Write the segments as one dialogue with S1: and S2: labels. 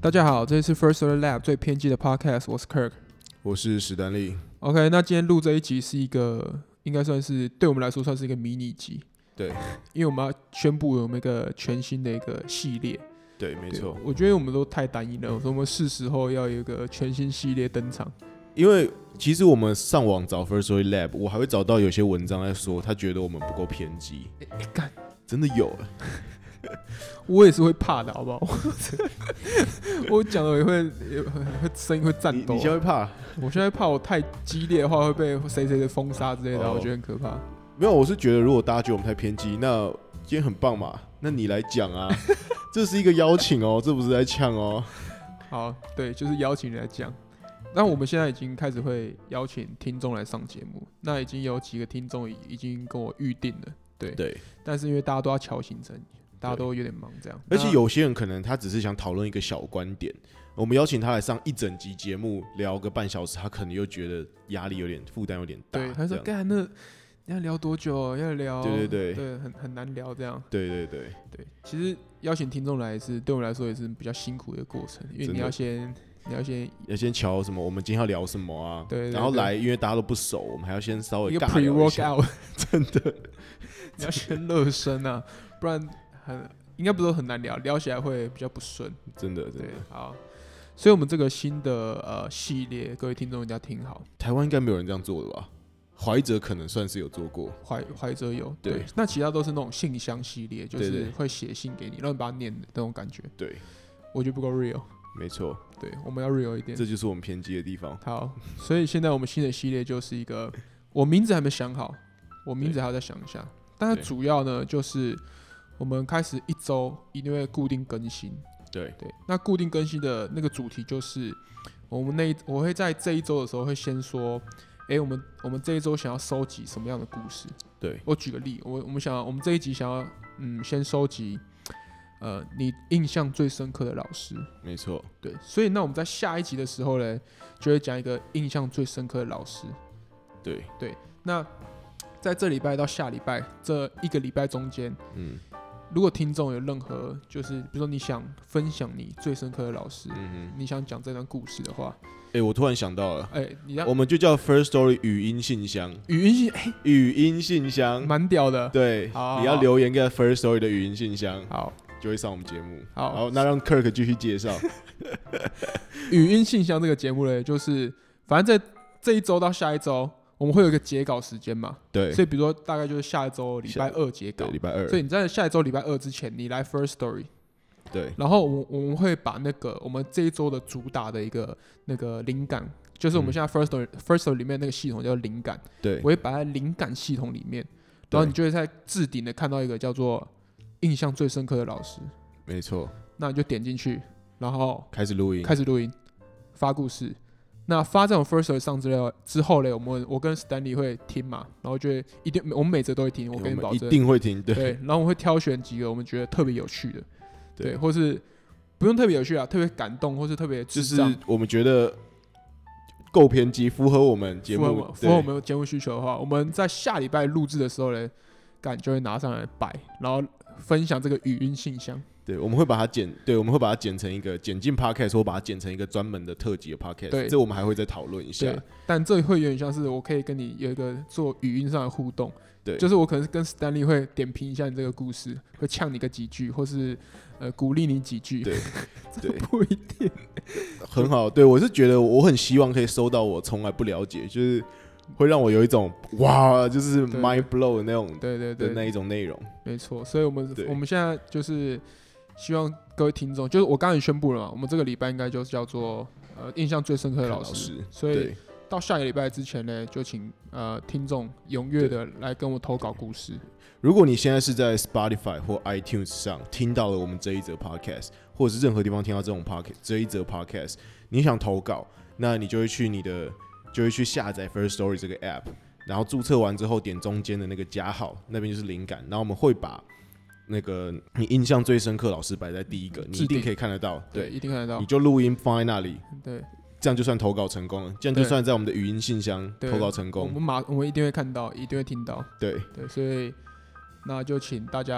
S1: 大家好，这里是 First Story Lab 最偏激的 Podcast， 我是 Kirk，
S2: 我是史丹利。
S1: OK， 那今天录这一集是一个，应该算是对我们来说算是一个迷你集，
S2: 对，
S1: 因为我们要宣布我们一个全新的一个系列。
S2: 对，没错。
S1: 我觉得我们都太单一了，所以我们是时候要有一个全新系列登场。
S2: 因为其实我们上网找 First Story Lab， 我还会找到有些文章在说，他觉得我们不够偏激。
S1: 干，
S2: 真的有
S1: 我也是会怕的，好不好？我讲的也会声音会颤抖。
S2: 你现在会怕？
S1: 我现在怕我太激烈的话会被谁的封杀之类的，我觉得很可怕。
S2: 没有，我是觉得如果大家觉得我们太偏激，那今天很棒嘛，那你来讲啊，这是一个邀请哦，这不是在呛哦。
S1: 好，对，就是邀请你来讲。那我们现在已经开始会邀请听众来上节目，那已经有几个听众已经跟我预定了，对。但是因为大家都要调行程，大家都有点忙，这样。
S2: 而且有些人可能他只是想讨论一个小观点，我们邀请他来上一整集节目，聊个半小时，他可能又觉得压力有点负担有点大。
S1: 对，他说：“干那要聊多久？要聊？
S2: 对，
S1: 很难聊这样。”
S2: 对。
S1: 其实邀请听众来是对我们来说也是比较辛苦的过程，因为你要先
S2: 瞧什么，我们今天要聊什么啊？
S1: 对，
S2: 然后来，因为大家都不熟，我们还要先稍微
S1: 一个
S2: 尬聊一下。
S1: pre-workout，
S2: 真的，
S1: 你要先热身啊，不然应该不是很难聊起来会比较不顺。
S2: 真的。
S1: 对，好，所以我们这个新的系列，各位听众一定要听好。
S2: 台湾应该没有人这样做的吧？怀哲可能算是有做过，
S1: 怀哲有，
S2: 对，
S1: 那其他都是那种信箱系列，就是会写信给你，让你把它念的那种感觉。
S2: 对，
S1: 我觉得不够 real。
S2: 没错，
S1: 对，我们要 real 一点，
S2: 这就是我们偏激的地方。
S1: 好，所以现在我们新的系列就是一个，我名字还没想好，我名字还要再想一下。但是主要呢，就是我们开始一周一定会固定更新。
S2: 对，
S1: 那固定更新的那个主题就是我会在这一周的时候会先说，我们这一周想要收集什么样的故事？
S2: 对，
S1: 我举个例，我们这一集想要先收集你印象最深刻的老师。
S2: 没错，
S1: 对，所以那我们在下一集的时候呢，就会讲一个印象最深刻的老师。
S2: 对，
S1: 那在这礼拜到下礼拜这一个礼拜中间，如果听众有任何就是比如说你想分享你最深刻的老师，你想讲这段故事的话，
S2: 我突然想到了，我们就叫 First Story 语音信箱，语音信箱，
S1: 蛮屌的。
S2: 对，
S1: 好
S2: 你要留言给 First Story 的语音信箱，
S1: 好，
S2: 就会上我们节目。
S1: 好，
S2: 那让 Kirk 继续介绍。
S1: 语音信箱这个节目呢，就是反正在这一周到下一周，我们会有一个截稿时间嘛。
S2: 对，
S1: 所以比如说大概就是下一周礼拜二截稿，
S2: 礼拜二。
S1: 所以你在下一周礼拜二之前，你来 First Story。
S2: 对，
S1: 然后我们会把那个我们这一周的主打的一个那个灵感，就是我们现在 First Story 里面那个系统叫灵感，
S2: 对，
S1: 我会把它灵感系统里面，然后你就会在置顶的看到一个叫做印象最深刻的老师，
S2: 没错，
S1: 那你就点进去，然后
S2: 开始录音，
S1: 发故事。那发这种 First Story 上资料之后呢，我跟 Stanley 会听嘛，然后就会我们每则都会听，我跟你保证
S2: 一定会听，对。
S1: 然后我会挑选几个我们觉得特别有趣的。对，或是不用特别有趣啊，特别感动，或是特别智障，
S2: 就是我们觉得够偏激，符合我们节目，
S1: 符合我们节目需求的话，我们在下礼拜录制的时候呢，就会拿上来摆，然后分享这个语音信箱。
S2: 对，我们会把它剪成一个剪进 podcast， 或把它剪成一个专门的特辑的 podcast。
S1: 对，
S2: 这我们还会再讨论一下。
S1: 对，但这会有点像是我可以跟你有一个做语音上的互动。
S2: 对，
S1: 就是我可能跟 Stanley 会点评一下你这个故事，会呛你个几句，或是鼓励你几句。
S2: 对，
S1: 这不一定。
S2: 很好，对，我是觉得我很希望可以收到我从来不了解，就是会让我有一种哇，就是 mind blow 的那种，对的那一种内容。
S1: 没错，所以我们现在就是希望各位听众，就是我刚才宣布了嘛，我们这个礼拜应该就是叫做印象最深刻的老师，所以到下个礼拜之前呢，就请听众踊跃的来跟我投稿故事。
S2: 如果你现在是在 Spotify 或 iTunes 上听到了我们这一则 podcast， 或者是任何地方听到这一则 podcast， 你想投稿，那你就会去下载 First Story 这个 app， 然后注册完之后点中间的那个加号，那边就是灵感，然后我们会把那个你印象最深刻老师摆在第一个，你一定可以看得到，
S1: 对，一定看得到，
S2: 你就录音放在那里，
S1: 对。
S2: 这样就算投稿成功了，这样就算在我们的语音信箱投稿成功。
S1: 我们一定会看到，一定会听到。
S2: 对，
S1: 所以那就请大家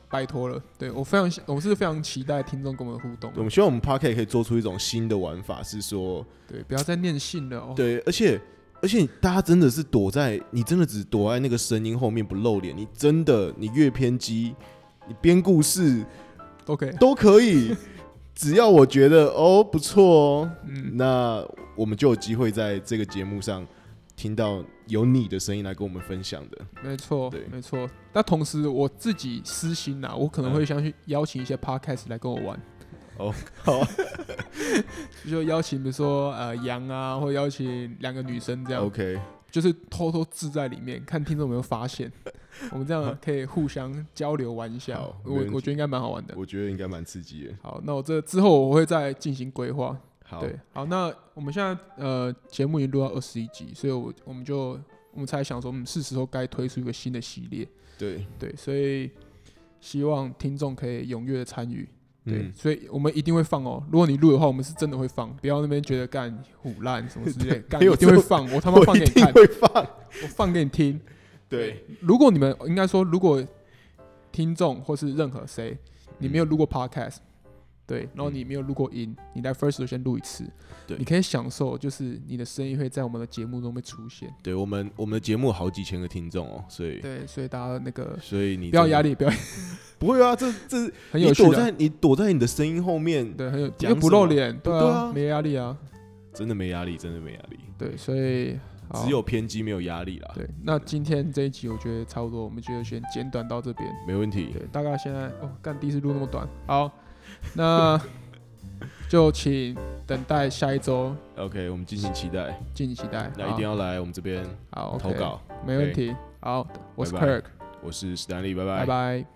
S1: 拜托了。对我是非常期待听众跟我们的互动。
S2: 我们希望我们 Podcast 可以做出一种新的玩法，是说，
S1: 对，不要再念信了哦。
S2: 对，而且大家真的是你真的只躲在那个声音后面不露脸，你越偏激，你编故事都可以。只要我觉得不错哦，那我们就有机会在这个节目上听到有你的声音来跟我们分享的。
S1: 没错，没错。但同时我自己私心啊，我可能会想去邀请一些 podcast 来跟我玩。
S2: 好啊，
S1: 就邀请比如说杨啊，或邀请2个女生这样。
S2: OK。
S1: 就是偷偷置在里面，看听众有没有发现。我们这样可以互相交流玩一下，我觉得应该蛮好玩的。
S2: 我觉得应该蛮刺激的。
S1: 好，那我这之后我会再进行规划。
S2: 对，
S1: 好，那我们现在节目已经录到21集，所以我们才想说，是时候该推出一个新的系列。
S2: 对，
S1: 所以希望听众可以踊跃的参与。对，所以我们一定会放哦。如果你录的话，我们是真的会放，不要那边觉得干唬烂什么之类，干一定会放，我他妈放给你看，我放给你听。
S2: 对，
S1: 如果你们应该说，如果听众或是任何谁，你没有录过 podcast， 对，然后你没有录过音，你来 Firstory 先录一次，对，你可以享受，就是你的声音会在我们的节目中被出现。
S2: 对，我们的节目有好几千个听众哦，所以
S1: 大家那个，
S2: 所以你
S1: 不要压力，
S2: 不会啊，这
S1: 很有趣的。
S2: 你躲在你的声音后面，
S1: 对，很有，因为不露脸，对啊，没压力啊，
S2: 真的没压力，真的没压力。
S1: 对，所以
S2: 只有偏激没有压力啦。
S1: 对，那今天这一集我觉得差不多，我们就先简短到这边，
S2: 没问题。
S1: 对，大概现在第一次录那么短，好，那就请等待下一周。
S2: OK， 我们敬请期待，那一定要来我们这边投稿，
S1: 没问题。好，我是 Kirk，
S2: 我是史丹利，拜拜，
S1: 拜拜。